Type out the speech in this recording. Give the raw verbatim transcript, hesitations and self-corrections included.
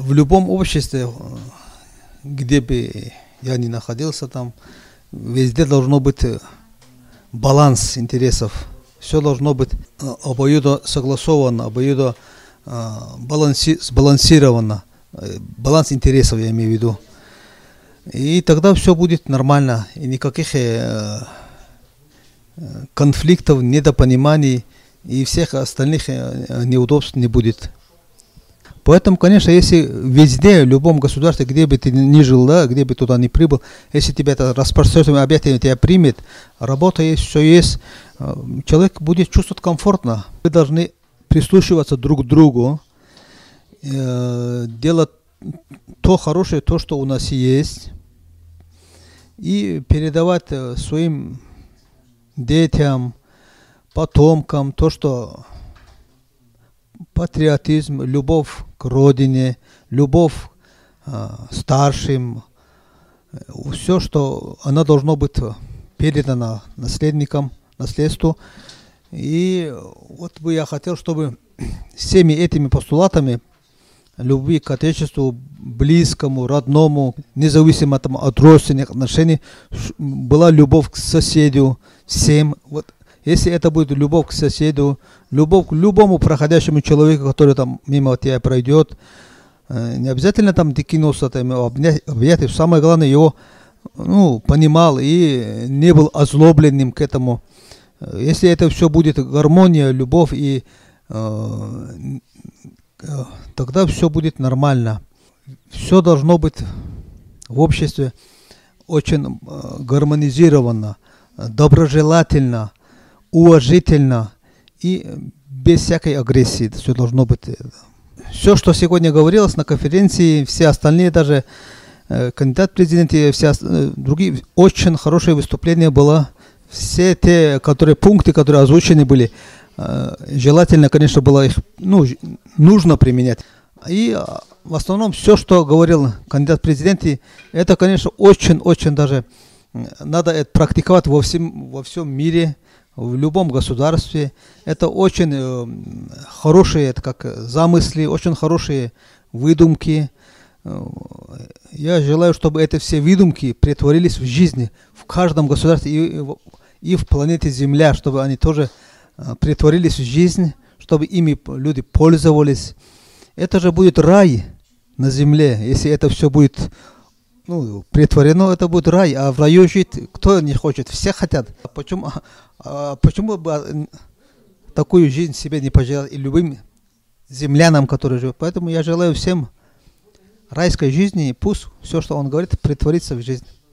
в любом обществе, где бы я ни находился там, везде должно быть баланс интересов. Все должно быть обоюдо согласовано, обоюдо баланси, сбалансировано. Баланс интересов, я имею в виду. И тогда все будет нормально. И никаких э, конфликтов, недопониманий и всех остальных неудобств не будет. Поэтому, конечно, если везде, в любом государстве, где бы ты ни жил, да, где бы туда ни прибыл, если тебя это распространение обязательно тебя примет, работа есть, все есть, человек будет чувствовать комфортно. Мы должны прислушиваться друг к другу, э, делать то хорошее, то, что у нас есть, и передавать своим детям, потомкам то, что патриотизм, любовь к родине, любовь э, старшим, все, что она должно быть передано наследникам, наследству. И вот бы я хотел, чтобы всеми этими постулатами любви к Отечеству, близкому, родному, независимо от, от родственных отношений, была любовь к соседу, всем. Вот, если это будет любовь к соседу, любовь к любому проходящему человеку, который там мимо тебя пройдет, не обязательно там ты кинулся, там, обнять, объять, самое главное, его ну, понимал и не был озлобленным к этому. Если это все будет гармония, любовь, и э, тогда все будет нормально. Все должно быть в обществе очень гармонизировано, доброжелательно, уважительно и без всякой агрессии. Все должно быть. Все, что сегодня говорилось на конференции, все остальные, даже э, кандидат в президенты, все э, другие, очень хорошее выступление было. Все те, которые пункты, которые озвучены были, э, желательно, конечно, было их, ну, нужно применять. И э, в основном все, что говорил кандидат в президенты, это, конечно, очень-очень даже надо это практиковать во всем, во всем мире, в любом государстве. Это очень э, хорошие, это как замысли, очень хорошие выдумки. Я желаю, чтобы эти все выдумки претворились в жизнь в каждом государстве и, и в планете Земля, чтобы они тоже э, претворились в жизнь, чтобы ими люди пользовались. Это же будет рай на Земле, если это все будет ну, претворено, это будет рай. А в раю жить кто не хочет? Все хотят. А почему, а почему бы такую жизнь себе не пожелать и любым землянам, которые живут? Поэтому я желаю всем райской жизни, и пусть все, что он говорит, претворится в жизнь.